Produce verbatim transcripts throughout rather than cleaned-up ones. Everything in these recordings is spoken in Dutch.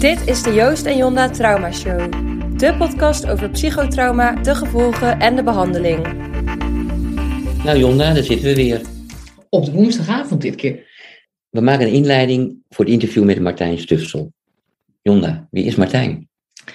Dit is de Joost en Jonda Trauma Show. De podcast over psychotrauma, de gevolgen en de behandeling. Nou Jonda, daar zitten we weer. Op de woensdagavond dit keer. We maken een inleiding voor het interview met Martijn Stufsel. Jonda, wie is Martijn?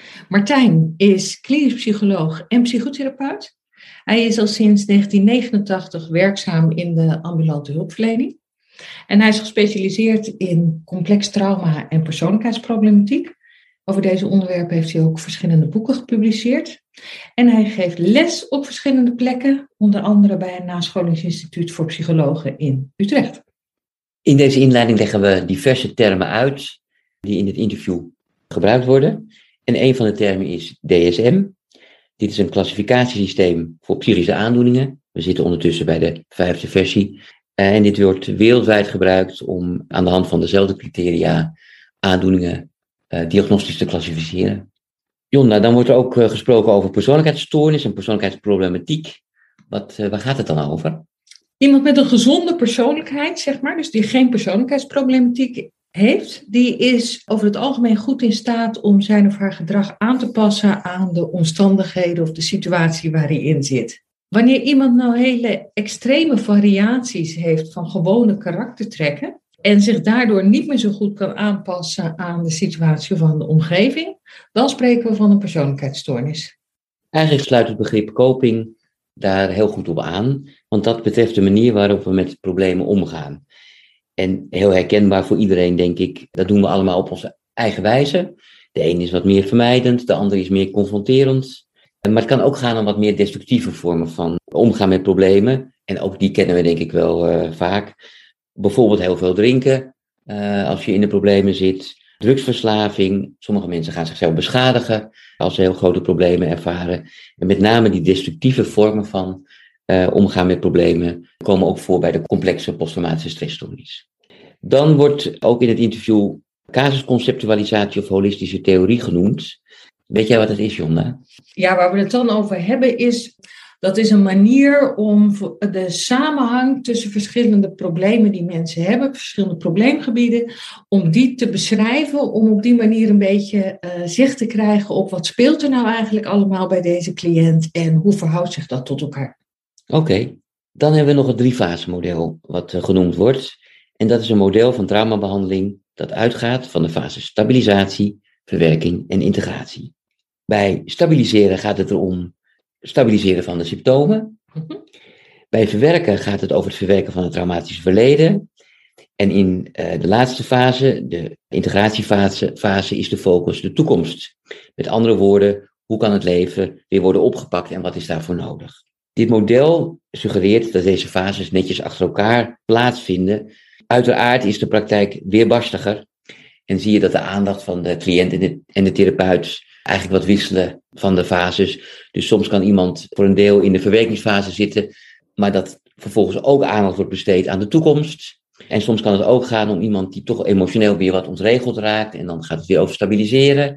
Martijn is klinisch psycholoog en psychotherapeut. Hij is al sinds negentien negenentachtig werkzaam in de ambulante hulpverlening. En hij is gespecialiseerd in complex trauma en persoonlijkheidsproblematiek. Over deze onderwerpen heeft hij ook verschillende boeken gepubliceerd. En hij geeft les op verschillende plekken, onder andere bij een nascholingsinstituut voor psychologen in Utrecht. In deze inleiding leggen we diverse termen uit die in dit interview gebruikt worden. En een van de termen is D S M. Dit is een klassificatiesysteem voor psychische aandoeningen. We zitten ondertussen bij de vijfde versie. En dit wordt wereldwijd gebruikt om aan de hand van dezelfde criteria aandoeningen uh, diagnostisch te klassificeren. Jonda, dan wordt er ook uh, gesproken over persoonlijkheidsstoornis en persoonlijkheidsproblematiek. Wat, uh, waar gaat het dan over? Iemand met een gezonde persoonlijkheid, zeg maar, dus die geen persoonlijkheidsproblematiek heeft, die is over het algemeen goed in staat om zijn of haar gedrag aan te passen aan de omstandigheden of de situatie waar hij in zit. Wanneer iemand nou hele extreme variaties heeft van gewone karaktertrekken en zich daardoor niet meer zo goed kan aanpassen aan de situatie of aan de omgeving, dan spreken we van een persoonlijkheidsstoornis. Eigenlijk sluit het begrip coping daar heel goed op aan, want dat betreft de manier waarop we met problemen omgaan. En heel herkenbaar voor iedereen, denk ik, dat doen we allemaal op onze eigen wijze. De een is wat meer vermijdend, de ander is meer confronterend. Maar het kan ook gaan om wat meer destructieve vormen van omgaan met problemen. En ook die kennen we denk ik wel uh, vaak. Bijvoorbeeld heel veel drinken, uh, als je in de problemen zit. Drugsverslaving, sommige mensen gaan zichzelf beschadigen als ze heel grote problemen ervaren. En met name die destructieve vormen van uh, omgaan met problemen komen ook voor bij de complexe posttraumatische stressstoornis. Dan wordt ook in het interview casusconceptualisatie of holistische theorie genoemd. Weet jij wat dat is, Jonda? Ja, waar we het dan over hebben is, dat is een manier om de samenhang tussen verschillende problemen die mensen hebben, verschillende probleemgebieden, om die te beschrijven, om op die manier een beetje uh, zicht te krijgen op wat speelt er nou eigenlijk allemaal bij deze cliënt en hoe verhoudt zich dat tot elkaar. Oké, okay. Dan hebben we nog het drie-fase model wat uh, genoemd wordt. En dat is een model van traumabehandeling dat uitgaat van de fase stabilisatie, verwerking en integratie. Bij stabiliseren gaat het erom stabiliseren van de symptomen. Mm-hmm. Bij verwerken gaat het over het verwerken van het traumatische verleden. En in uh, de laatste fase, de integratiefase, fase, is de focus de toekomst. Met andere woorden, hoe kan het leven weer worden opgepakt en wat is daarvoor nodig? Dit model suggereert dat deze fases netjes achter elkaar plaatsvinden. Uiteraard is de praktijk weerbarstiger en zie je dat de aandacht van de cliënt en de, en de therapeut eigenlijk wat wisselen van de fases. Dus soms kan iemand voor een deel in de verwerkingsfase zitten, maar dat vervolgens ook aandacht wordt besteed aan de toekomst. En soms kan het ook gaan om iemand die toch emotioneel weer wat ontregeld raakt en dan gaat het weer over stabiliseren.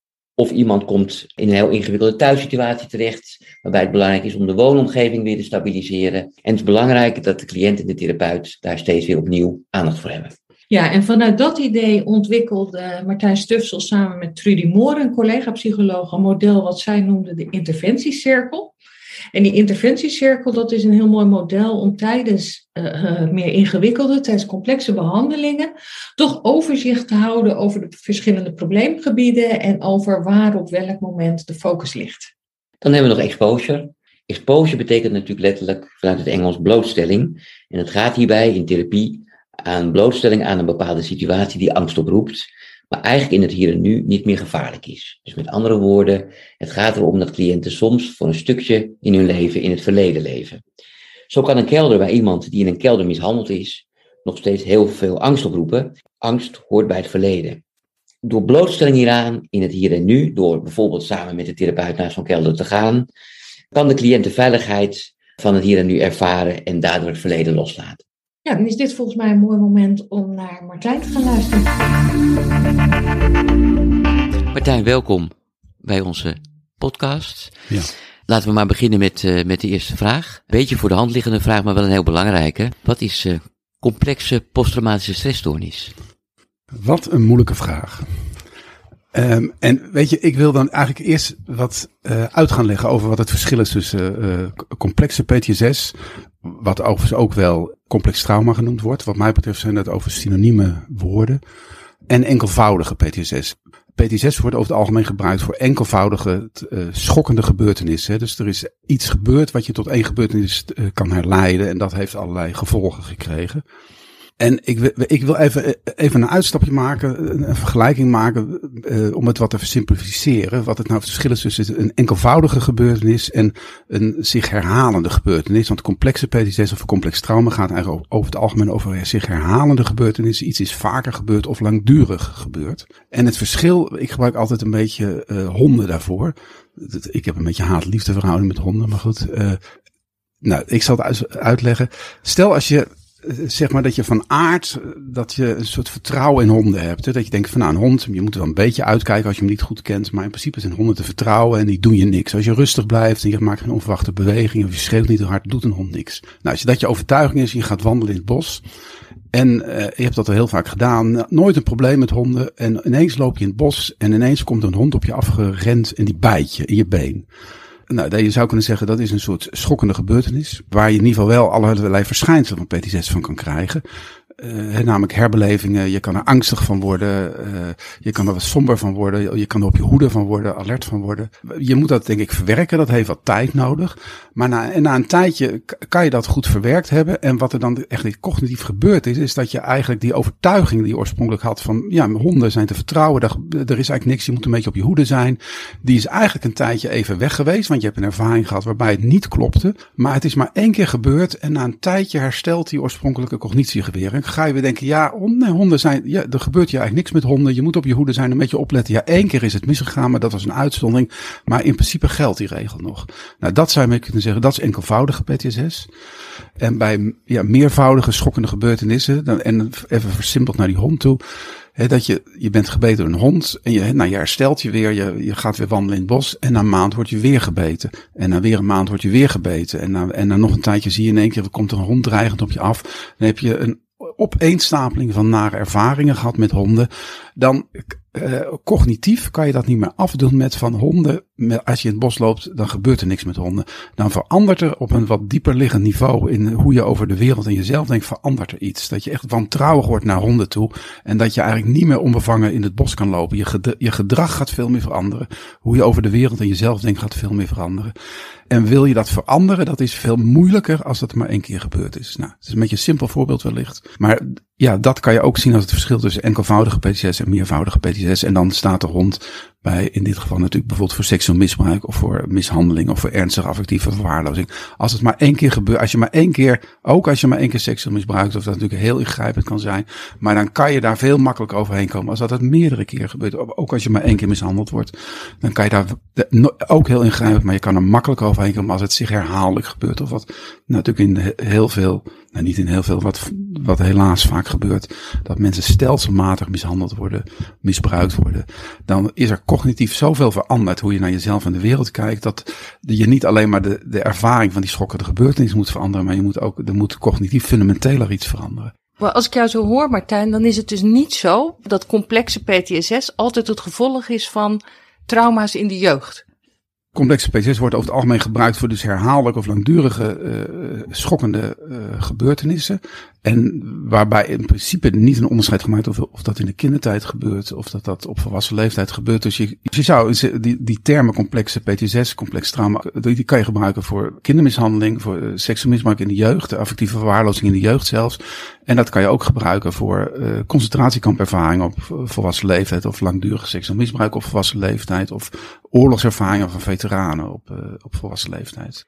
Of iemand komt in een heel ingewikkelde thuissituatie terecht, waarbij het belangrijk is om de woonomgeving weer te stabiliseren. En het is belangrijk dat de cliënt en de therapeut daar steeds weer opnieuw aandacht voor hebben. Ja, en vanuit dat idee ontwikkelde Martijn Stufsel samen met Trudy Moore, een collega-psycholoog, een model wat zij noemde de interventiecirkel. En die interventiecirkel, dat is een heel mooi model om tijdens uh, meer ingewikkelde, tijdens complexe behandelingen, toch overzicht te houden over de verschillende probleemgebieden en over waar op welk moment de focus ligt. Dan hebben we nog exposure. Exposure betekent natuurlijk letterlijk vanuit het Engels blootstelling. En het gaat hierbij in therapie aan blootstelling aan een bepaalde situatie die angst oproept, maar eigenlijk in het hier en nu niet meer gevaarlijk is. Dus met andere woorden, het gaat erom dat cliënten soms voor een stukje in hun leven in het verleden leven. Zo kan een kelder bij iemand die in een kelder mishandeld is, nog steeds heel veel angst oproepen. Angst hoort bij het verleden. Door blootstelling hieraan in het hier en nu, door bijvoorbeeld samen met de therapeut naar zo'n kelder te gaan, kan de cliënt de veiligheid van het hier en nu ervaren en daardoor het verleden loslaten. Ja, dan is dit volgens mij een mooi moment om naar Martijn te gaan luisteren. Martijn, welkom bij onze podcast. Ja. Laten we maar beginnen met, uh, met de eerste vraag. Beetje voor de hand liggende vraag, maar wel een heel belangrijke. Wat is uh, complexe posttraumatische stressstoornis? Wat een moeilijke vraag. Um, en weet je, ik wil dan eigenlijk eerst wat uh, uit gaan leggen over wat het verschil is tussen uh, complexe P T S S, wat overigens ook wel complex trauma genoemd wordt. Wat mij betreft zijn dat over synonieme woorden. En enkelvoudige P T S S. P T S S wordt over het algemeen gebruikt voor enkelvoudige, uh, schokkende gebeurtenissen. Dus er is iets gebeurd wat je tot één gebeurtenis uh, kan herleiden. En dat heeft allerlei gevolgen gekregen. En ik wil, ik wil even, even een uitstapje maken, een vergelijking maken, uh, om het wat te versimplificeren. Wat het nou verschil is tussen een enkelvoudige gebeurtenis en een zich herhalende gebeurtenis. Want complexe P T S S of complex trauma gaat eigenlijk over het algemeen over zich herhalende gebeurtenissen. Iets is vaker gebeurd of langdurig gebeurd. En het verschil, ik gebruik altijd een beetje uh, honden daarvoor. Ik heb een beetje haat-liefde verhouding met honden, maar goed. Uh, nou, ik zal het uitleggen. Stel als je... Zeg maar dat je van aard, dat je een soort vertrouwen in honden hebt. Hè? Dat je denkt van nou een hond, je moet er wel een beetje uitkijken als je hem niet goed kent. Maar in principe zijn honden te vertrouwen en die doen je niks. Als je rustig blijft en je maakt geen onverwachte beweging of je schreeuwt niet te hard, doet een hond niks. Nou, als je dat je overtuiging is, je gaat wandelen in het bos. En uh, je hebt dat al heel vaak gedaan. Nooit een probleem met honden. En ineens loop je in het bos en ineens komt een hond op je afgerend en die bijt je in je been. Nou, je zou kunnen zeggen dat is een soort schokkende gebeurtenis. Waar je in ieder geval wel allerlei verschijnselen van P T S S van kan krijgen. Uh, namelijk herbelevingen, je kan er angstig van worden, uh, je kan er wat somber van worden, je kan er op je hoede van worden, alert van worden. Je moet dat denk ik verwerken, dat heeft wat tijd nodig. Maar na, na een tijdje kan je dat goed verwerkt hebben. En wat er dan echt cognitief gebeurd is, is dat je eigenlijk die overtuiging die je oorspronkelijk had van, ja, honden zijn te vertrouwen, er, er is eigenlijk niks, je moet een beetje op je hoede zijn. Die is eigenlijk een tijdje even weg geweest, want je hebt een ervaring gehad waarbij het niet klopte. Maar het is maar één keer gebeurd en na een tijdje herstelt die oorspronkelijke cognitie weer. En ga je weer denken, ja, honden, honden zijn, ja, er gebeurt je eigenlijk niks met honden. Je moet op je hoede zijn, een beetje opletten. Ja, één keer is het misgegaan, maar dat was een uitzondering. Maar in principe geldt die regel nog. Nou, dat zou je mee kunnen zeggen, dat is enkelvoudige P T S S. En bij ja, meervoudige schokkende gebeurtenissen, dan, en even versimpeld naar die hond toe, hè, dat je, je bent gebeten door een hond en je, nou, je herstelt je weer, je, je gaat weer wandelen in het bos en na een maand word je weer gebeten. En na weer een maand word je weer gebeten. En na, en na nog een tijdje zie je in één keer, er komt er een hond dreigend op je af. Dan heb je een opeenstapeling van nare ervaringen gehad met honden. Dan uh, cognitief kan je dat niet meer afdoen met van honden. Met, als je in het bos loopt, dan gebeurt er niks met honden. Dan verandert er op een wat dieper liggend niveau in hoe je over de wereld en jezelf denkt, verandert er iets. Dat je echt wantrouwig wordt naar honden toe. En dat je eigenlijk niet meer onbevangen in het bos kan lopen. Je, gedra- je gedrag gaat veel meer veranderen. Hoe je over de wereld en jezelf denkt gaat veel meer veranderen. En wil je dat veranderen, dat is veel moeilijker als dat maar één keer gebeurd is. Nou, het is een beetje een simpel voorbeeld wellicht. Maar ja, dat kan je ook zien als het verschil tussen enkelvoudige P T S S en meervoudige P T S S. En dan staat de hond bij, in dit geval natuurlijk bijvoorbeeld voor seksueel misbruik of voor mishandeling of voor ernstige affectieve verwaarlozing. Als het maar één keer gebeurt, als je maar één keer, ook als je maar één keer seksueel misbruikt, of dat natuurlijk heel ingrijpend kan zijn, maar dan kan je daar veel makkelijker overheen komen als dat het meerdere keren gebeurt. Ook als je maar één keer mishandeld wordt, dan kan je daar ook heel ingrijpend, maar je kan er makkelijk overheen komen als het zich herhaaldelijk gebeurt. Of wat natuurlijk in heel veel, nou niet in heel veel, wat, wat helaas vaak gebeurt, dat mensen stelselmatig mishandeld worden, misbruikt worden. Dan is er cognitief zoveel veranderd hoe je naar jezelf en de wereld kijkt, dat je niet alleen maar de, de ervaring van die schokkende gebeurtenis moet veranderen, maar je moet ook, er moet cognitief fundamenteler iets veranderen. Maar als ik jou zo hoor, Martijn, dan is het dus niet zo dat complexe P T S S altijd het gevolg is van trauma's in de jeugd. Complexe P T S S wordt over het algemeen gebruikt voor dus herhaaldelijke of langdurige uh, schokkende uh, gebeurtenissen. En waarbij in principe niet een onderscheid gemaakt of, of dat in de kindertijd gebeurt of dat dat op volwassen leeftijd gebeurt. Dus je, je zou die, die termen complexe P T S S, complex trauma, die, die kan je gebruiken voor kindermishandeling, voor uh, seksueel misbruik in de jeugd, affectieve verwaarlozing in de jeugd zelfs. En dat kan je ook gebruiken voor uh, concentratiekampervaring op volwassen leeftijd of langdurige seksueel misbruik op volwassen leeftijd of oorlogservaringen van veteranen op, uh, op volwassen leeftijd.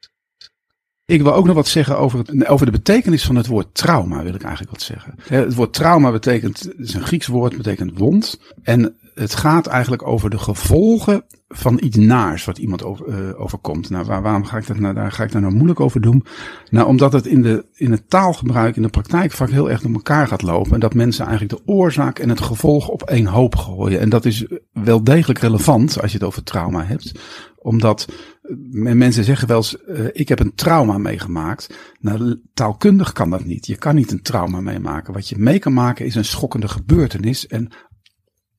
Ik wil ook nog wat zeggen over, het, over de betekenis van het woord trauma, wil ik eigenlijk wat zeggen. Het woord trauma betekent, het is een Grieks woord, betekent wond. En het gaat eigenlijk over de gevolgen van iets naars wat iemand over, uh, overkomt. Nou, waar, waarom ga ik dat nou, daar ga ik daar nou moeilijk over doen? Nou, omdat het in de, in het taalgebruik, in de praktijk vaak heel erg door elkaar gaat lopen. En dat mensen eigenlijk de oorzaak en het gevolg op één hoop gooien. En dat is wel degelijk relevant als je het over trauma hebt. Omdat mensen zeggen wel eens, uh, ik heb een trauma meegemaakt. Nou, taalkundig kan dat niet. Je kan niet een trauma meemaken. Wat je mee kan maken is een schokkende gebeurtenis. En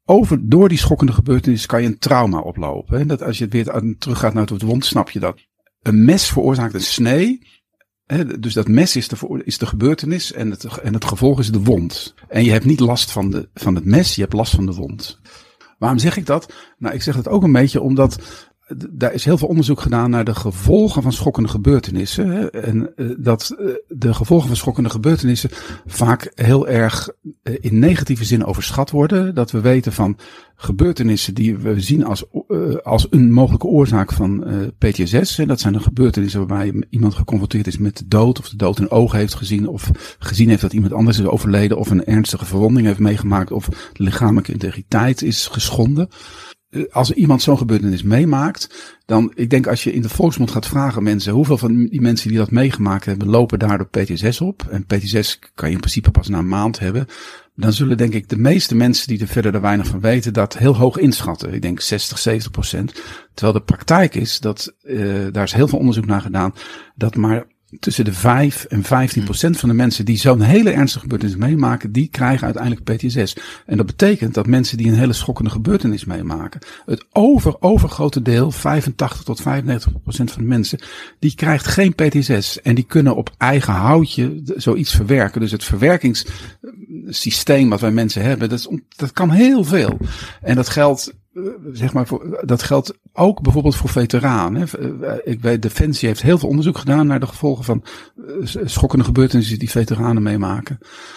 over, door die schokkende gebeurtenis kan je een trauma oplopen. Hè? Dat als je weer teruggaat naar het wond, snap je dat. Een mes veroorzaakt een snee. Hè? Dus dat mes is de, is de gebeurtenis en het, en het gevolg is de wond. En je hebt niet last van, de, van het mes, je hebt last van de wond. Waarom zeg ik dat? Nou, ik zeg dat ook een beetje omdat daar is heel veel onderzoek gedaan naar de gevolgen van schokkende gebeurtenissen. Hè? En uh, dat uh, de gevolgen van schokkende gebeurtenissen vaak heel erg uh, in negatieve zin overschat worden. Dat we weten van gebeurtenissen die we zien als, uh, als een mogelijke oorzaak van uh, P T S S. Hè? Dat zijn de gebeurtenissen waarbij iemand geconfronteerd is met de dood, of de dood in ogen heeft gezien, of gezien heeft dat iemand anders is overleden, of een ernstige verwonding heeft meegemaakt, of de lichamelijke integriteit is geschonden. Als iemand zo'n gebeurtenis meemaakt, dan, ik denk als je in de volksmond gaat vragen mensen, hoeveel van die mensen die dat meegemaakt hebben, lopen daardoor P T S S op. En P T S S kan je in principe pas na een maand hebben. Dan zullen denk ik de meeste mensen die er verder er weinig van weten, dat heel hoog inschatten. Ik denk zestig, zeventig procent. Terwijl de praktijk is, dat, uh, daar is heel veel onderzoek naar gedaan, dat maar tussen de vijf en vijftien procent van de mensen die zo'n hele ernstige gebeurtenis meemaken, die krijgen uiteindelijk P T S S. En dat betekent dat mensen die een hele schokkende gebeurtenis meemaken, het over, overgrote deel, vijfentachtig tot vijfennegentig procent van de mensen, die krijgt geen P T S S. En die kunnen op eigen houtje zoiets verwerken. Dus het verwerkingssysteem wat wij mensen hebben, dat, is, dat kan heel veel. En dat geldt, zeg maar, voor, dat geldt ook bijvoorbeeld voor veteranen. Ik weet, Defensie heeft heel veel onderzoek gedaan naar de gevolgen van schokkende gebeurtenissen die veteranen meemaken.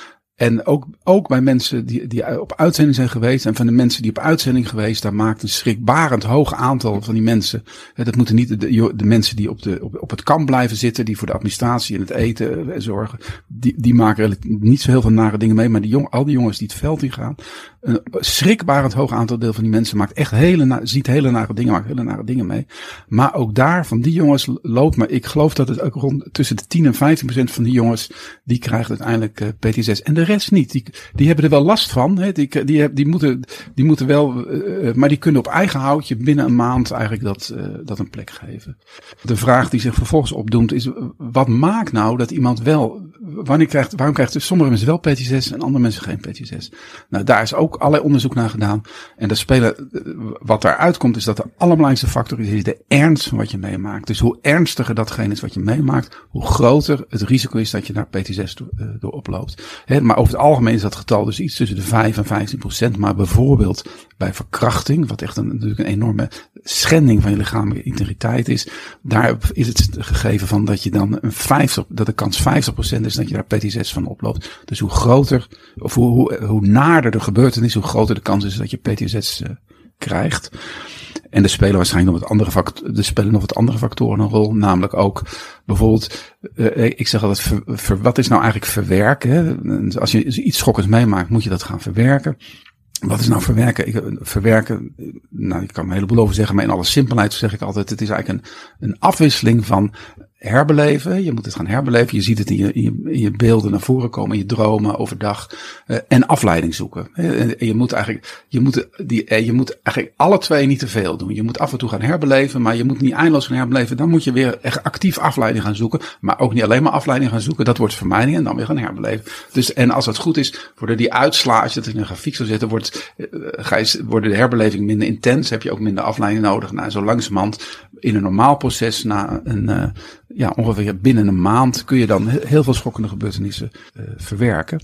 En ook, ook bij mensen die, die op uitzending zijn geweest, en van de mensen die op uitzending geweest, daar maakt een schrikbarend hoog aantal van die mensen. Dat moeten niet de, de mensen die op, de, op, op het kamp blijven zitten, die voor de administratie en het eten zorgen. Die, die maken niet zo heel veel nare dingen mee, maar die jong, al die jongens die het veld in gaan, een schrikbarend hoog aantal deel van die mensen maakt echt hele, ziet hele nare dingen, maakt hele nare dingen mee. Maar ook daar, van die jongens loopt, maar ik geloof dat het ook rond tussen de tien en vijftien procent van die jongens, die krijgt uiteindelijk uh, P T S S. En de rest niet. Die, die hebben er wel last van. Hè. Die, die, die, moeten, die moeten wel, uh, maar die kunnen op eigen houtje binnen een maand eigenlijk dat, uh, dat een plek geven. De vraag die zich vervolgens opdoemt is, wat maakt nou dat iemand wel, wanneer krijgt, waarom krijgt sommige mensen wel P T S S en andere mensen geen P T S S? Nou, daar is ook allerlei onderzoek naar gedaan. En dat spelen, wat daaruit komt, is dat de allerbelangrijkste factor is, is de ernst van wat je meemaakt. Dus hoe ernstiger datgene is wat je meemaakt, hoe groter het risico is dat je daar P T S S door, uh, door oploopt. He, maar over het algemeen is dat getal dus iets tussen de vijf en vijftien procent. Maar bijvoorbeeld bij verkrachting, wat echt een, natuurlijk een enorme schending van je lichamelijke integriteit is, daar is het gegeven van dat je dan een vijftig, dat de kans vijftig procent is dat je daar P T S S van oploopt. Dus hoe groter, of hoe, hoe, hoe naarder de gebeurtenis, hoe groter de kans is dat je P T S S uh, krijgt. En er spelen waarschijnlijk nog wat andere factoren, er spelen nog wat andere factoren een rol, namelijk ook bijvoorbeeld, uh, ik zeg altijd, ver, ver, wat is nou eigenlijk verwerken? Hè? Als je iets schokkends meemaakt, moet je dat gaan verwerken. Wat is nou verwerken? Ik, verwerken, nou, ik kan er een heleboel over zeggen, maar in alle simpelheid zeg ik altijd, het is eigenlijk een, een afwisseling van herbeleven. Je moet het gaan herbeleven. Je ziet het in je, in je, in je beelden naar voren komen, in je dromen overdag. Uh, en afleiding zoeken. En je moet eigenlijk, je moet, die, je moet eigenlijk alle twee niet te veel doen. Je moet af en toe gaan herbeleven, maar je moet niet eindeloos gaan herbeleven. Dan moet je weer echt actief afleiding gaan zoeken. Maar ook niet alleen maar afleiding gaan zoeken. Dat wordt vermijding en dan weer gaan herbeleven. Dus, en als dat goed is, worden die uitslagen, als je het in een grafiek zou zetten, wordt, uh, ga je, worden de herbeleving minder intens. Heb je ook minder afleiding nodig. Nou, zo langzamerhand in een normaal proces, na een, uh, ja, ongeveer binnen een maand kun je dan heel veel schokkende gebeurtenissen uh, verwerken.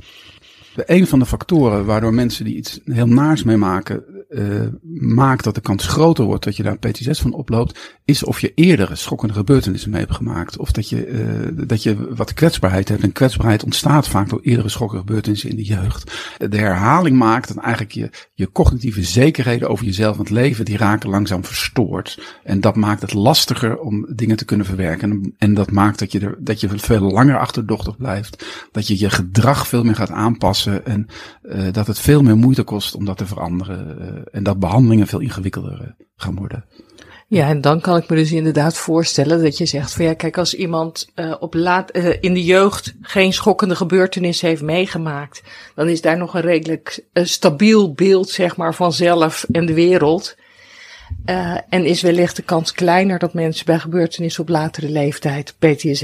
Een van de factoren waardoor mensen die iets heel naars meemaken, uh, maakt dat de kans groter wordt dat je daar P T S S van oploopt, is of je eerdere schokkende gebeurtenissen mee hebt gemaakt. Of dat je, uh, dat je wat kwetsbaarheid hebt. En kwetsbaarheid ontstaat vaak door eerdere schokkende gebeurtenissen in de jeugd. De herhaling maakt dat eigenlijk je, je cognitieve zekerheden over jezelf en het leven, die raken langzaam verstoord. En dat maakt het lastiger om dingen te kunnen verwerken. En dat maakt dat je er, dat je veel langer achterdochtig blijft. Dat je je gedrag veel meer gaat aanpassen. En uh, dat het veel meer moeite kost om dat te veranderen. Uh, en dat behandelingen veel ingewikkelder uh, gaan worden. Ja, en dan kan ik me dus inderdaad voorstellen dat je zegt van ja, kijk, als iemand uh, op laat, uh, in de jeugd geen schokkende gebeurtenis heeft meegemaakt, dan is daar nog een redelijk uh, stabiel beeld, zeg maar, van zelf en de wereld. Uh, en is wellicht de kans kleiner dat mensen bij gebeurtenissen op latere leeftijd P T S S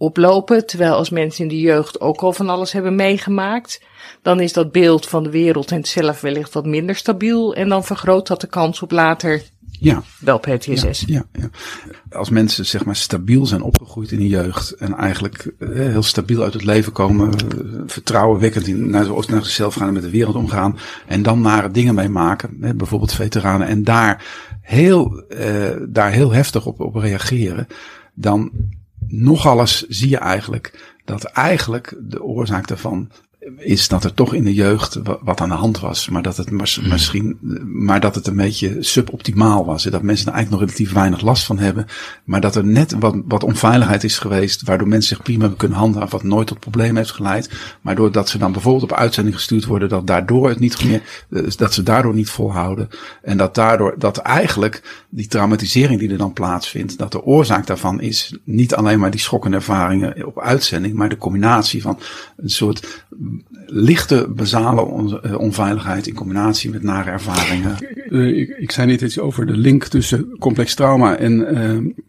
oplopen. Terwijl als mensen in de jeugd ook al van alles hebben meegemaakt, dan is dat beeld van de wereld en het zelf wellicht wat minder stabiel. En dan vergroot dat de kans op later Ja. wel P T S S. Ja, ja, ja. Als mensen zeg maar stabiel zijn opgegroeid in de jeugd en eigenlijk eh, heel stabiel uit het leven komen, eh, vertrouwenwekkend in, naar, naar zichzelf gaan en met de wereld omgaan en dan nare dingen meemaken, hè, bijvoorbeeld veteranen, en daar heel, eh, daar heel heftig op, op reageren, dan nog alles zie je eigenlijk dat eigenlijk de oorzaak daarvan is dat er toch in de jeugd wat aan de hand was, maar dat het misschien, maar dat het een beetje suboptimaal was. Dat mensen er eigenlijk nog relatief weinig last van hebben, maar dat er net wat, wat onveiligheid is geweest, waardoor mensen zich prima hebben kunnen handhaven, wat nooit tot problemen heeft geleid. Maar doordat ze dan bijvoorbeeld op uitzending gestuurd worden, dat daardoor het niet meer, dat ze daardoor niet volhouden. En dat daardoor, dat eigenlijk die traumatisering die er dan plaatsvindt, dat de oorzaak daarvan is niet alleen maar die schokkende ervaringen op uitzending, maar de combinatie van een soort lichte, basale on- onveiligheid in combinatie met nare ervaringen. Uh, ik, ik zei net iets over de link tussen complex trauma en, uh,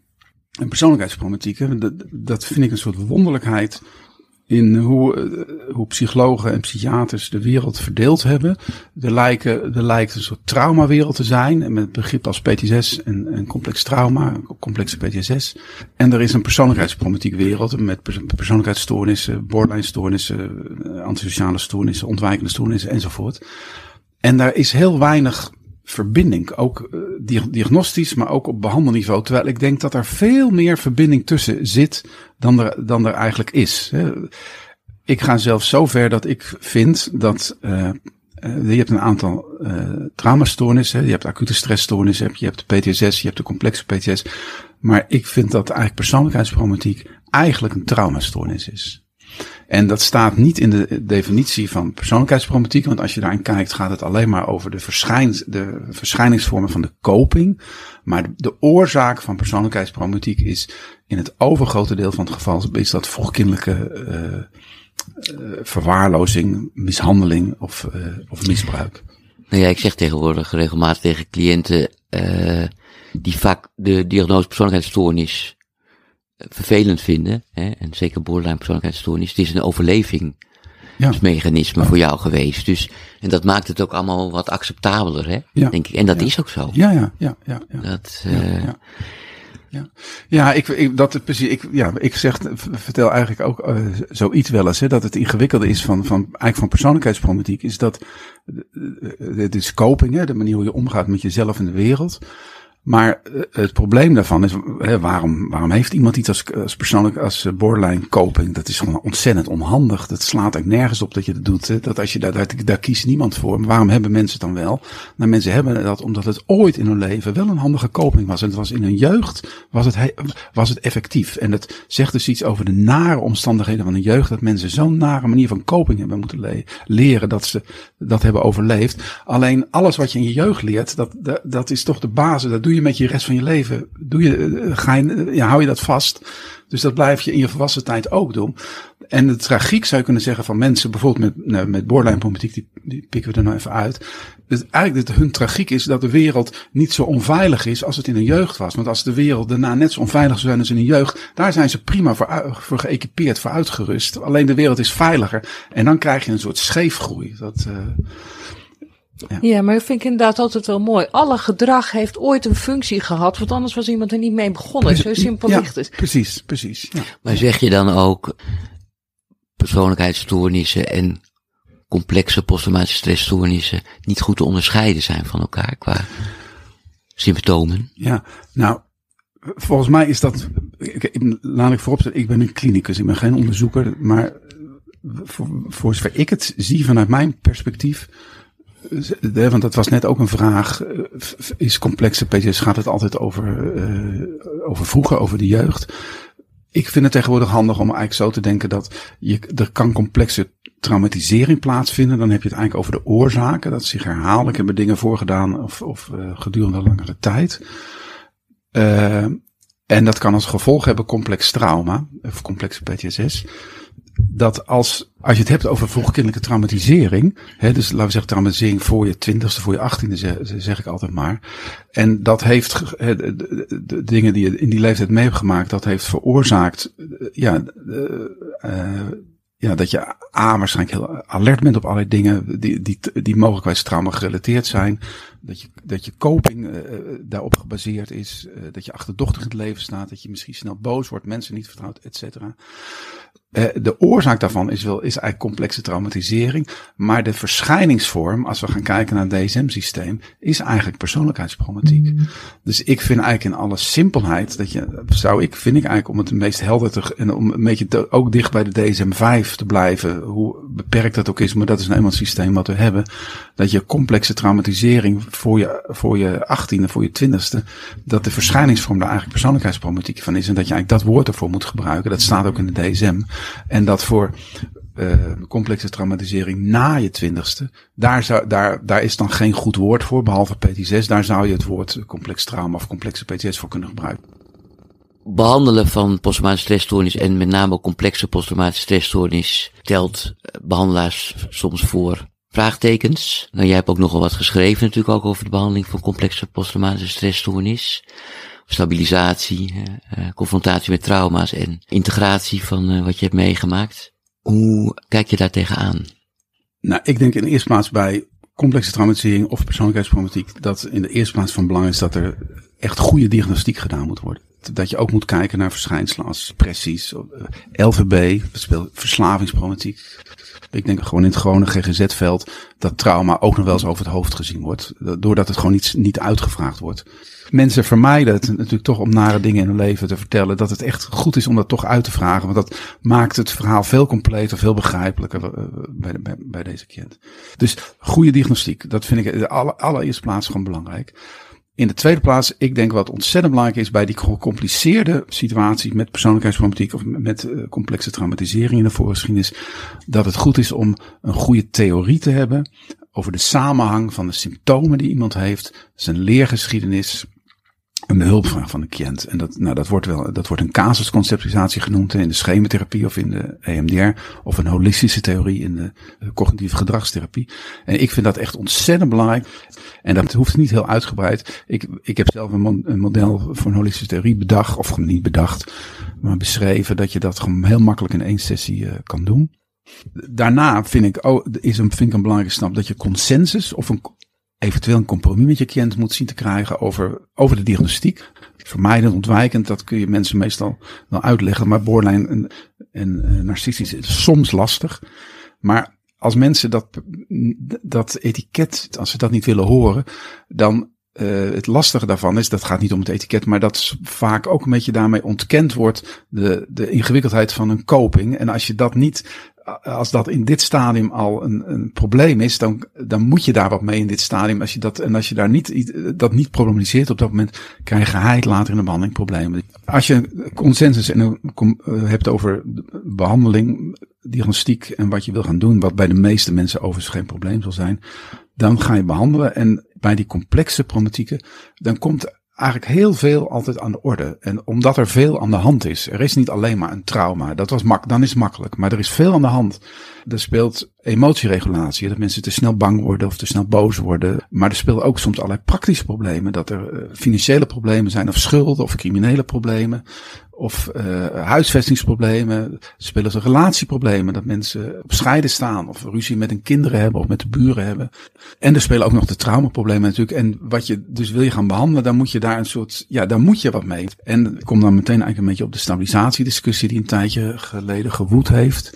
en persoonlijkheidsproblematiek. Hè. Dat, dat vind ik een soort wonderlijkheid in hoe, uh, hoe psychologen en psychiaters de wereld verdeeld hebben. Er lijken, er lijkt een soort traumawereld te zijn, en met begrip als P T S S en, en complex trauma, complexe P T S S. En er is een persoonlijkheidsproblematiek wereld met persoonlijkheidsstoornissen, borderline stoornissen, antisociale stoornissen, ontwijkende stoornissen enzovoort. En daar is heel weinig verbinding, ook uh, diagnostisch, maar ook op behandelniveau. Terwijl ik denk dat er veel meer verbinding tussen zit dan er, dan er eigenlijk is. Hè. Ik ga zelfs zo ver dat ik vind dat uh, uh, je hebt een aantal uh, traumastoornissen. Je hebt acute stressstoornissen, je hebt de P T S S, je hebt de complexe P T S S. Maar ik vind dat eigenlijk persoonlijkheidsproblematiek eigenlijk een traumastoornis is. En dat staat niet in de definitie van persoonlijkheidsproblematiek, want als je daarin kijkt gaat het alleen maar over de, verschijn, de verschijningsvormen van de coping. Maar de, de oorzaak van persoonlijkheidsproblematiek is in het overgrote deel van het geval is dat vroegkindelijke uh, uh, verwaarlozing, mishandeling of, uh, of misbruik. Nou ja, ik zeg tegenwoordig regelmatig tegen cliënten uh, die vaak de diagnose persoonlijkheidsstoornis vervelend vinden, hè, en zeker borderline persoonlijkheidsstoornis, het is een overlevingsmechanisme ja. voor jou geweest. Dus, en dat maakt het ook allemaal wat acceptabeler, hè, ja. denk ik. En dat ja. is ook zo. Ja, ja, ja, ja. ja. Dat, uh, ja, ja. Ja, ja ik, ik, dat precies. Ik, ja, ik zeg, vertel eigenlijk ook uh, zoiets wel eens, hè, dat het ingewikkelde is van, van, eigenlijk van persoonlijkheidsproblematiek, is dat, het is coping, hè, de manier hoe je omgaat met jezelf en de wereld. Maar uh, het probleem daarvan is, hè, waarom, waarom heeft iemand iets als, als persoonlijk, als borderline coping? Dat is gewoon ontzettend onhandig. Dat slaat eigenlijk nergens op dat je dat doet. Hè. Dat als je daar, daar, daar kiest niemand voor. Maar waarom hebben mensen het dan wel? Nou, mensen hebben dat omdat het ooit in hun leven wel een handige coping was. En het was in hun jeugd, was het, he, was het effectief. En dat zegt dus iets over de nare omstandigheden van de jeugd. Dat mensen zo'n nare manier van coping hebben moeten le- leren. Dat ze dat hebben overleefd. Alleen alles wat je in je jeugd leert, dat, dat, dat is toch de basis. Dat doe je met je rest van je leven. Doe je, ga je, ja, hou je dat vast. Dus dat blijf je in je volwassen tijd ook doen. En de tragiek zou je kunnen zeggen van mensen, bijvoorbeeld met, nou, met borderline problematiek, die, die pikken we er nou even uit. Dus eigenlijk dat hun tragiek is dat de wereld niet zo onveilig is als het in hun jeugd was. Want als de wereld daarna net zo onveilig zou zijn als in hun jeugd, daar zijn ze prima voor, voor geëquipeerd, voor uitgerust. Alleen de wereld is veiliger. En dan krijg je een soort scheefgroei. Dat, uh, Ja. ja, maar dat vind ik inderdaad altijd wel mooi. Alle gedrag heeft ooit een functie gehad, want anders was iemand er niet mee begonnen. Zo simpel ja, ligt het. Precies, precies. Ja. Maar zeg je dan ook persoonlijkheidsstoornissen en complexe posttraumatische stressstoornissen niet goed te onderscheiden zijn van elkaar qua symptomen? Ja, nou, volgens mij is dat, ik, laat ik vooropstellen, ik ben een klinicus, ik ben geen onderzoeker, maar voor, voor zover ik het zie vanuit mijn perspectief, want dat was net ook een vraag, is complexe P T S S, gaat het altijd over, uh, over vroeger, over de jeugd? Ik vind het tegenwoordig handig om eigenlijk zo te denken dat je, er kan complexe traumatisering plaatsvinden. Dan heb je het eigenlijk over de oorzaken, dat zich herhaaldelijk hebben dingen voorgedaan of, of uh, gedurende een langere tijd. Uh, en dat kan als gevolg hebben complex trauma, of complexe P T S S. dat als, als je het hebt over vroegkindelijke traumatisering, hè, dus laten we zeggen traumatisering voor je twintigste, voor je achttiende, zeg, zeg ik altijd maar. En dat heeft, hè, de, de, de dingen die je in die leeftijd mee hebt gemaakt, dat heeft veroorzaakt, ja, uh, uh, ja, dat je A, waarschijnlijk heel alert bent op allerlei dingen die, die, die mogelijkwijs trauma gerelateerd zijn. Dat je, dat je coping uh, daarop gebaseerd is. Uh, dat je achterdochtig in het leven staat. Dat je misschien snel boos wordt, mensen niet vertrouwt, et cetera. Uh, de oorzaak daarvan is wel, is eigenlijk complexe traumatisering. Maar de verschijningsvorm, als we gaan kijken naar het D S M-systeem, is eigenlijk persoonlijkheidsproblematiek. Mm. Dus ik vind eigenlijk in alle simpelheid, dat je, zou ik, vind ik eigenlijk om het meest helder te, en om een beetje te, ook dicht bij de D S M vijf te blijven, hoe beperkt dat ook is, maar dat is nou eenmaal het systeem wat we hebben, dat je complexe traumatisering voor je, voor je achttiende, voor je twintigste, dat de verschijningsvorm daar eigenlijk persoonlijkheidsproblematiek van is en dat je eigenlijk dat woord ervoor moet gebruiken. Dat staat ook in de D S M. En dat voor uh, complexe traumatisering na je twintigste, daar, zou, daar, daar is dan geen goed woord voor, behalve P T S S. Daar zou je het woord complex trauma of complexe P T S S voor kunnen gebruiken. Behandelen van posttraumatische stressstoornis en met name complexe posttraumatische stressstoornis stelt behandelaars soms voor vraagtekens. Nou, jij hebt ook nogal wat geschreven natuurlijk ook over de behandeling van complexe posttraumatische stressstoornis. Stabilisatie, uh, confrontatie met trauma's en integratie van uh, wat je hebt meegemaakt. Hoe kijk je daar tegenaan? Nou, ik denk in de eerste plaats bij complexe traumatisering of persoonlijkheidsproblematiek dat in de eerste plaats van belang is dat er echt goede diagnostiek gedaan moet worden. Dat je ook moet kijken naar verschijnselen als depressies, L V B, verslavingsproblematiek. Ik denk gewoon in het gewone G G Z-veld dat trauma ook nog wel eens over het hoofd gezien wordt. Doordat het gewoon niet, niet uitgevraagd wordt. Mensen vermijden het natuurlijk toch om nare dingen in hun leven te vertellen. Dat het echt goed is om dat toch uit te vragen. Want dat maakt het verhaal veel completer, veel begrijpelijker bij, de, bij, bij deze cliënt. Dus goede diagnostiek, dat vind ik in de aller, allereerste plaats gewoon belangrijk. In de tweede plaats, ik denk wat ontzettend belangrijk is bij die gecompliceerde situatie met persoonlijkheidsproblematiek of met uh, complexe traumatisering in de voorgeschiedenis, dat het goed is om een goede theorie te hebben over de samenhang van de symptomen die iemand heeft, zijn leergeschiedenis en de hulpvraag van de cliënt. En dat, nou, dat wordt wel, dat wordt een casusconceptualisatie genoemd in de schematherapie of in de E M D R of een holistische theorie in de cognitieve gedragstherapie. En ik vind dat echt ontzettend belangrijk. En dat hoeft niet heel uitgebreid. Ik, ik heb zelf een, mo- een model voor een holistische theorie bedacht, of niet bedacht, maar beschreven dat je dat gewoon heel makkelijk in één sessie uh, kan doen. Daarna vind ik, oh, is een, vind ik een belangrijke stap dat je consensus of een eventueel een compromis met je cliënt moet zien te krijgen over, over de diagnostiek. Vermijdend, ontwijkend, dat kun je mensen meestal wel uitleggen. Maar borderline en, en uh, narcistisch is soms lastig. Maar als mensen dat, dat etiket, als ze dat niet willen horen, dan uh, het lastige daarvan is, dat gaat niet om het etiket, maar dat vaak ook een beetje daarmee ontkend wordt de, de ingewikkeldheid van een coping. En als je dat niet, als dat in dit stadium al een, een probleem is, dan, dan moet je daar wat mee in dit stadium. Als je dat, en als je daar niet, dat niet problematiseert op dat moment, krijg je geheid later in de behandeling problemen. Als je consensus en een, uh, hebt over behandeling, diagnostiek en wat je wil gaan doen, wat bij de meeste mensen overigens geen probleem zal zijn, dan ga je behandelen. En bij die complexe problematieken, dan komt eigenlijk heel veel altijd aan de orde. En omdat er veel aan de hand is. Er is niet alleen maar een trauma. Dat was mak- dan is het makkelijk. Maar er is veel aan de hand. Er speelt emotieregulatie. Dat mensen te snel bang worden of te snel boos worden. Maar er speelt ook soms allerlei praktische problemen. Dat er uh, financiële problemen zijn of schulden of criminele problemen. Of uh, huisvestingsproblemen. Er spelen er relatieproblemen. Dat mensen op scheiden staan. Of ruzie met hun kinderen hebben of met de buren hebben. En er spelen ook nog de traumaproblemen natuurlijk. En wat je dus wil je gaan behandelen, dan moet je daar een soort, ja, daar moet je wat mee. En ik kom dan meteen eigenlijk een beetje op de stabilisatiediscussie die een tijdje geleden gewoed heeft.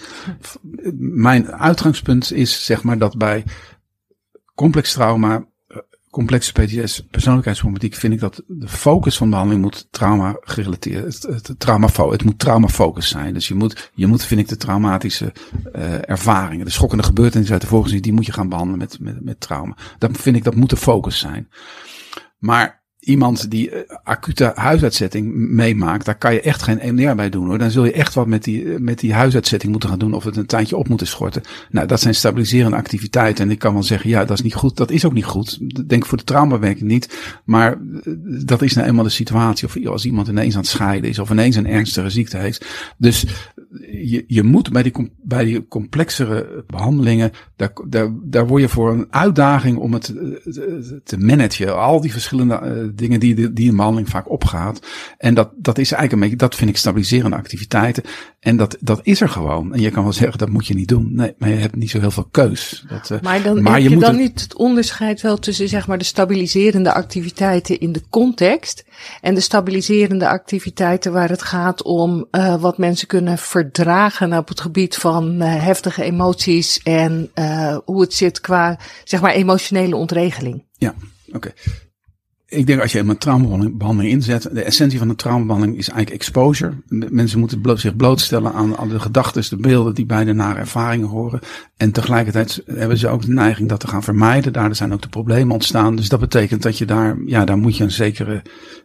Mijn uitgangspunt is zeg maar dat bij complex trauma, complexe P T S S, persoonlijkheidsproblematiek, vind ik dat de focus van de behandeling moet trauma gerelateerd, het, het, het, trauma, het moet traumafocus zijn. Dus je moet, je moet, vind ik, de traumatische uh, ervaringen, de schokkende gebeurtenissen uit de voorgeschiedenis, die moet je gaan behandelen met, met, met trauma. Dat vind ik, dat moet de focus zijn. Maar iemand die uh, acute huisuitzetting meemaakt, daar kan je echt geen E M D R bij doen hoor. Dan zul je echt wat met die, met die huisuitzetting moeten gaan doen of het een tijdje op moeten schorten. Nou, dat zijn stabiliserende activiteiten en ik kan wel zeggen, ja, dat is niet goed. Dat is ook niet goed. Denk voor de traumawerking niet. Maar dat is nou eenmaal de situatie. Of als iemand ineens aan het scheiden is of ineens een ernstige ziekte heeft. Dus je, je moet bij die, bij die complexere behandelingen, daar, daar, daar word je voor een uitdaging om het te, te managen. Al die verschillende uh, dingen die, die een behandeling vaak opgaat. En dat, dat is eigenlijk een beetje, dat vind ik stabiliserende activiteiten. En dat, dat is er gewoon. En je kan wel zeggen, dat moet je niet doen. Nee, maar je hebt niet zo heel veel keus. Dat, uh, maar dan maar heb je, je moet dan het, niet het onderscheid wel tussen zeg maar de stabiliserende activiteiten in de context en de stabiliserende activiteiten waar het gaat om uh, wat mensen kunnen verdragen op het gebied van uh, heftige emoties en uh, hoe het zit qua zeg maar emotionele ontregeling. Ja, oké. Okay. Ik denk als je een traumabehandeling inzet, de essentie van een traumabehandeling is eigenlijk exposure. Mensen moeten blo- zich blootstellen aan, aan de gedachten, de beelden die bij de nare ervaringen horen. En tegelijkertijd hebben ze ook de neiging dat te gaan vermijden. Daar zijn ook de problemen ontstaan. Dus dat betekent dat je daar, ja, daar moet je een zekere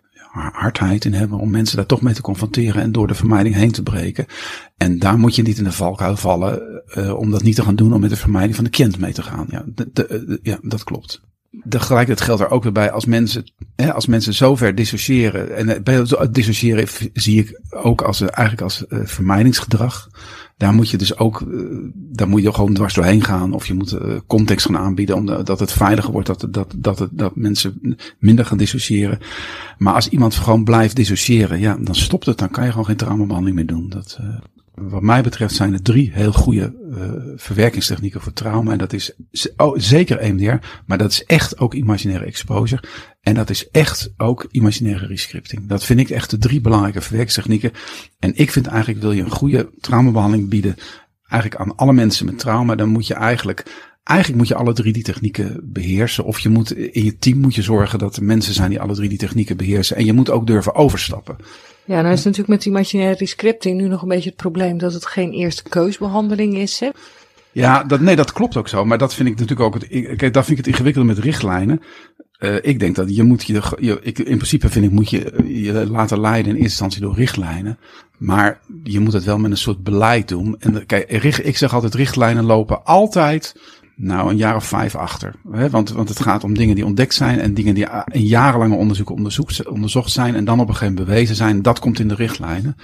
hardheid in hebben om mensen daar toch mee te confronteren en door de vermijding heen te breken. En daar moet je niet in de valkuil vallen uh, om dat niet te gaan doen, om met de vermijding van de kind mee te gaan. Ja, de, de, de, ja dat klopt. Tegelijkertijd geldt er ook weer bij als mensen, hè, als mensen zo ver dissociëren. En bij dissociëren zie ik ook als, eigenlijk als uh, vermijdingsgedrag. Daar moet je dus ook, uh, daar moet je gewoon dwars doorheen gaan. Of je moet uh, context gaan aanbieden omdat het veiliger wordt, dat, dat, dat, het, dat mensen minder gaan dissociëren. Maar als iemand gewoon blijft dissociëren, ja, dan stopt het. Dan kan je gewoon geen traumabehandeling meer doen. Dat, uh, wat mij betreft zijn er drie heel goede uh, verwerkingstechnieken voor trauma. En dat is oh, zeker E M D R, maar dat is echt ook imaginaire exposure. En dat is echt ook imaginaire rescripting. Dat vind ik echt de drie belangrijke verwerkingstechnieken. En ik vind eigenlijk, wil je een goede traumabehandeling bieden, eigenlijk aan alle mensen met trauma, dan moet je eigenlijk, eigenlijk moet je alle drie die technieken beheersen. Of je moet, in je team moet je zorgen dat er mensen zijn die alle drie die technieken beheersen. En je moet ook durven overstappen. Ja, nou is natuurlijk met imaginaire rescripting nu nog een beetje het probleem dat het geen eerste keusbehandeling is, hè? Ja, dat, nee, dat klopt ook zo. Maar dat vind ik natuurlijk ook, het, kijk, dat vind ik het ingewikkelde met richtlijnen. Uh, ik denk dat je moet je, je ik, in principe vind ik moet je je laten leiden in eerste instantie door richtlijnen. Maar je moet het wel met een soort beleid doen. En kijk, ik zeg altijd, richtlijnen lopen altijd, nou, een jaar of vijf achter. Hè? Want, want het gaat om dingen die ontdekt zijn en dingen die in jarenlange onderzoeken onderzoek, onderzocht zijn en dan op een gegeven moment bewezen zijn. Dat komt in de richtlijnen.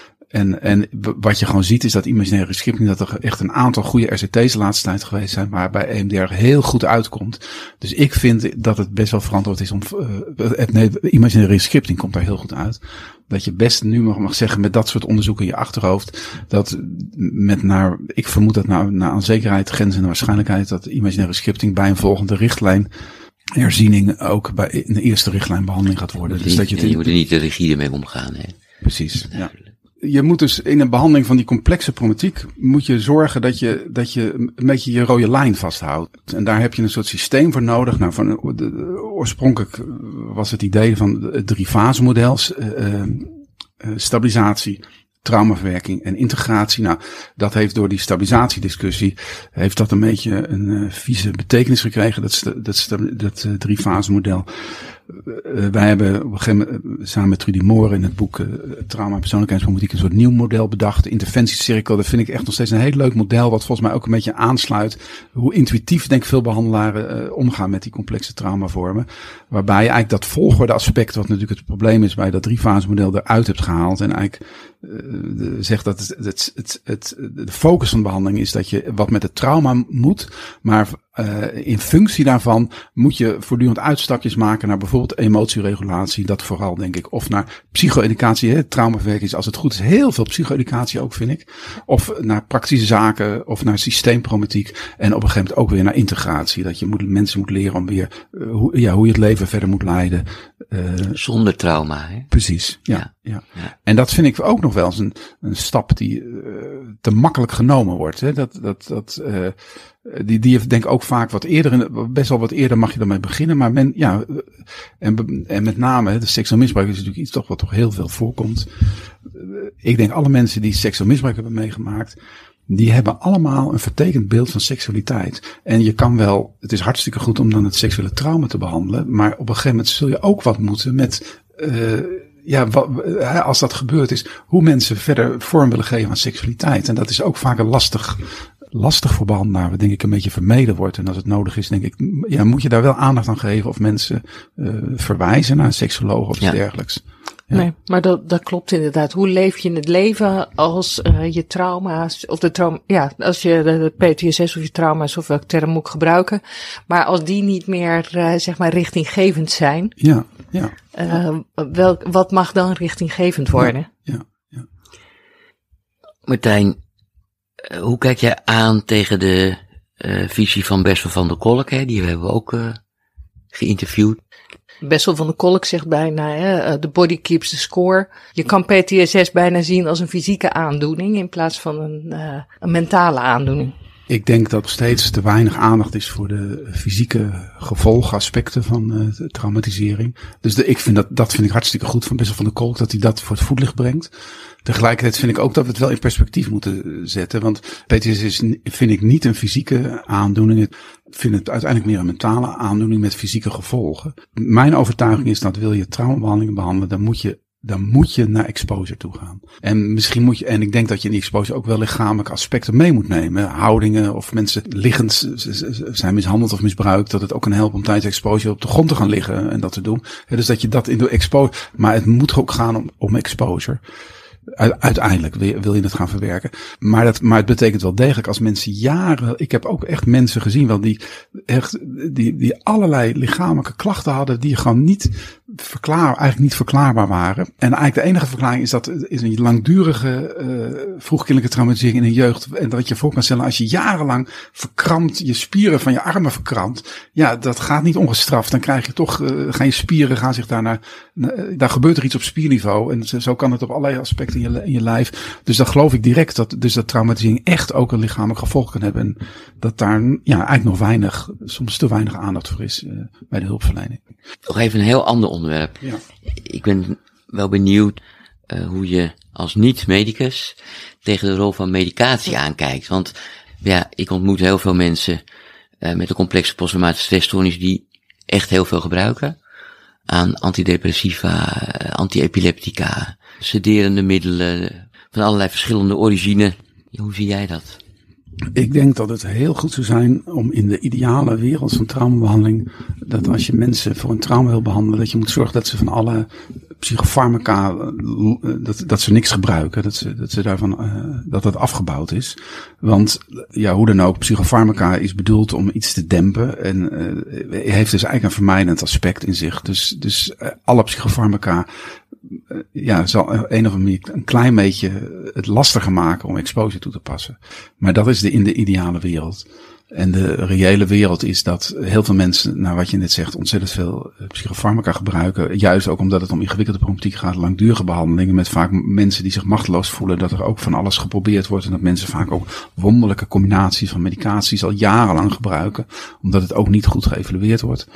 En, en wat je gewoon ziet is dat imaginaire rescripting, dat er echt een aantal goede R C T's de laatste tijd geweest zijn, waarbij E M D R heel goed uitkomt. Dus ik vind dat het best wel verantwoord is om, uh, nee, imaginaire rescripting komt daar heel goed uit. Dat je best nu mag, mag zeggen met dat soort onderzoeken in je achterhoofd, dat met naar, ik vermoed dat naar, naar aan zekerheid, grens en waarschijnlijkheid, dat imaginaire rescripting bij een volgende richtlijn, herziening ook bij in de eerste richtlijnbehandeling gaat worden. Dus niet, dat je, het, je moet er niet te rigide mee omgaan, hè? Precies, ja. Je moet dus in een behandeling van die complexe problematiek moet je zorgen dat je, dat je een beetje je rode lijn vasthoudt. En daar heb je een soort systeem voor nodig. Nou, van de, de, oorspronkelijk was het idee van het drie fase model, uh, uh, stabilisatie, traumaverwerking en integratie. Nou, dat heeft door die stabilisatiediscussie, heeft dat een beetje een uh, vieze betekenis gekregen, dat, dat, dat, dat uh, drie fase model. Uh, wij hebben op een gegeven moment samen met Trudy Moore in het boek uh, Trauma en Persoonlijkheidsproblematiek een soort nieuw model bedacht. De interventiecirkel, dat vind ik echt nog steeds een heel leuk model, wat volgens mij ook een beetje aansluit hoe intuïtief denk ik veel behandelaren uh, omgaan met die complexe traumavormen. Waarbij je eigenlijk dat volgorde aspect, wat natuurlijk het probleem is bij dat drie fase model, eruit hebt gehaald. En eigenlijk uh, zegt dat het, het, het, het, de focus van de behandeling is dat je wat met het trauma moet, maar Uh, in functie daarvan moet je voortdurend uitstapjes maken naar bijvoorbeeld emotieregulatie, dat vooral denk ik, of naar psycho-educatie, traumaverwerking is als het goed is heel veel psycho-educatie ook vind ik, of naar praktische zaken, of naar systeemproblematiek en op een gegeven moment ook weer naar integratie, dat je moet, mensen moet leren om weer, uh, hoe, ja, hoe je het leven verder moet leiden. Uh, Zonder trauma, hè? Precies, ja, ja. ja. ja. En dat vind ik ook nog wel eens een, een stap die uh, te makkelijk genomen wordt, hè? Dat, dat, dat, uh, Die, die heeft denk ik ook vaak wat eerder, best wel wat eerder mag je daarmee beginnen. Maar men, ja, en, en met name, de seksueel misbruik is natuurlijk iets toch wat toch heel veel voorkomt. Ik denk alle mensen die seksueel misbruik hebben meegemaakt, die hebben allemaal een vertekend beeld van seksualiteit. En je kan wel, het is hartstikke goed om dan het seksuele trauma te behandelen, maar op een gegeven moment zul je ook wat moeten met, uh, ja, wat, als dat gebeurd is, hoe mensen verder vorm willen geven aan seksualiteit. En dat is ook vaak een lastig, lastig voor behandelaren, denk ik, een beetje vermeden wordt. En als het nodig is, denk ik, ja, moet je daar wel aandacht aan geven of mensen uh, verwijzen naar een seksoloog of iets ja. dergelijks. Ja. Nee, maar dat, dat klopt inderdaad. Hoe leef je in het leven als uh, je trauma's, of de trauma, ja, als je de P T S S of je trauma's, of welke term moet ik gebruiken, maar als die niet meer, uh, zeg maar, richtinggevend zijn, Ja, ja. Uh, welk, wat mag dan richtinggevend worden? Ja, ja, ja. Martijn, uh, hoe kijk jij aan tegen de uh, visie van Bessel van der Kolk? Hè? Die hebben we ook uh, geïnterviewd. Bessel van der Kolk zegt bijna, hè, the body keeps the score. Je kan P T S S bijna zien als een fysieke aandoening in plaats van een, uh, een mentale aandoening. Ik denk dat er steeds te weinig aandacht is voor de fysieke gevolgaspecten van uh, de traumatisering. Dus de, ik vind dat, dat vind ik hartstikke goed van Bessel van der Kolk, dat hij dat voor het voetlicht brengt. Tegelijkertijd vind ik ook dat we het wel in perspectief moeten zetten. Want P T S S is, vind ik, niet een fysieke aandoening. Ik vind het uiteindelijk meer een mentale aandoening met fysieke gevolgen. Mijn overtuiging is dat wil je traumabehandelingen behandelen, dan moet je dan moet je naar exposure toe gaan. En misschien moet je, en ik denk dat je in die exposure ook wel lichamelijke aspecten mee moet nemen. Houdingen of mensen liggend zijn mishandeld of misbruikt. Dat het ook kan helpen om tijdens exposure op de grond te gaan liggen en dat te doen. Dus dat je dat in de exposure, maar het moet ook gaan om, om exposure. Uiteindelijk wil je het gaan verwerken. Maar, dat, maar het betekent wel degelijk als mensen jaren... Ik heb ook echt mensen gezien wel die, echt, die, die allerlei lichamelijke klachten hadden die gewoon niet, verklaar, eigenlijk niet verklaarbaar waren. En eigenlijk de enige verklaring is dat is een langdurige uh, vroegkindelijke traumatisering in een jeugd. En dat je voor kan stellen, als je jarenlang verkrampt, je spieren van je armen verkrampt. Ja, dat gaat niet ongestraft. Dan krijg je toch, uh, gaan je spieren gaan zich daarna... Uh, daar gebeurt er iets op spierniveau. En zo kan het op allerlei aspecten in je, in je lijf. Dus dan geloof ik direct dat, dus dat traumatisering echt ook een lichamelijk gevolg kan hebben. En dat daar ja, eigenlijk nog weinig, soms te weinig aandacht voor is uh, bij de hulpverlening. Nog even een heel ander onderwerp. Ja. Ik ben wel benieuwd uh, hoe je als niet-medicus tegen de rol van medicatie aankijkt. Want ja, ik ontmoet heel veel mensen uh, met een complexe posttraumatische stressstoornis die echt heel veel gebruiken. Aan antidepressiva, antiepileptica, sederende middelen, van allerlei verschillende origine. Hoe zie jij dat? Ik denk dat het heel goed zou zijn om in de ideale wereld van traumabehandeling, dat als je mensen voor een trauma wil behandelen, dat je moet zorgen dat ze van alle psychofarmaca, dat, dat ze niks gebruiken, dat ze, dat ze daarvan, uh, dat dat afgebouwd is. Want, ja, hoe dan ook, psychofarmaca is bedoeld om iets te dempen en uh, heeft dus eigenlijk een vermijdend aspect in zich. Dus, dus uh, alle psychofarmaca, uh, ja, zal een of andere manier een klein beetje het lastiger maken om exposure toe te passen. Maar dat is de in de ideale wereld. En de reële wereld is dat heel veel mensen, nou wat je net zegt, ontzettend veel psychofarmaca gebruiken. Juist ook omdat het om ingewikkelde problematiek gaat, langdurige behandelingen met vaak mensen die zich machteloos voelen, dat er ook van alles geprobeerd wordt en dat mensen vaak ook wonderlijke combinaties van medicaties al jarenlang gebruiken, omdat het ook niet goed geëvalueerd wordt.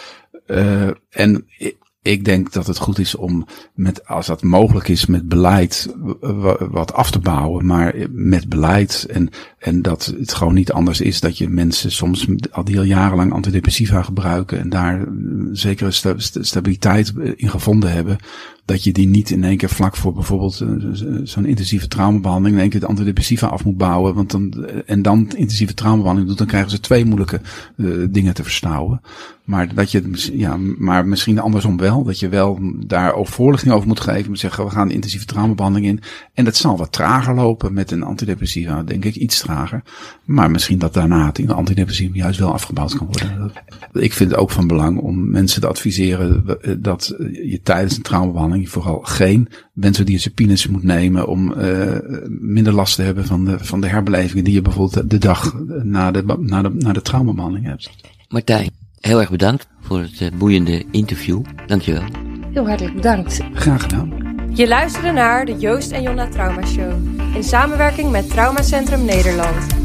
Uh, en ik denk dat het goed is om, met, als dat mogelijk is, met beleid wat af te bouwen, maar met beleid en, en dat het gewoon niet anders is dat je mensen soms al die al jarenlang antidepressiva gebruiken en daar zekere sta, stabiliteit in gevonden hebben, dat je die niet in één keer vlak voor bijvoorbeeld zo'n intensieve traumabehandeling in één keer de antidepressiva af moet bouwen, want dan, en dan intensieve traumabehandeling doet, dan krijgen ze twee moeilijke uh, dingen te verstouwen. Maar dat je, ja, maar misschien andersom wel, dat je wel daar ook voorlichting over moet geven, moet zeggen, we gaan de intensieve traumabehandeling in. En dat zal wat trager lopen met een antidepressiva, denk ik, iets trager. Maar misschien dat daarna het antidepressiva juist wel afgebouwd kan worden. Ik vind het ook van belang om mensen te adviseren dat je tijdens een traumabehandeling vooral geen benzodiazepines moet nemen om uh, minder last te hebben van de, van de herbelevingen die je bijvoorbeeld de dag na de, na de, na de traumabehandeling hebt. Martijn, heel erg bedankt voor het uh, boeiende interview. Dankjewel. Heel hartelijk bedankt. Graag gedaan. Je luisterde naar de Joost en Jonna Trauma Show in samenwerking met Traumacentrum Nederland.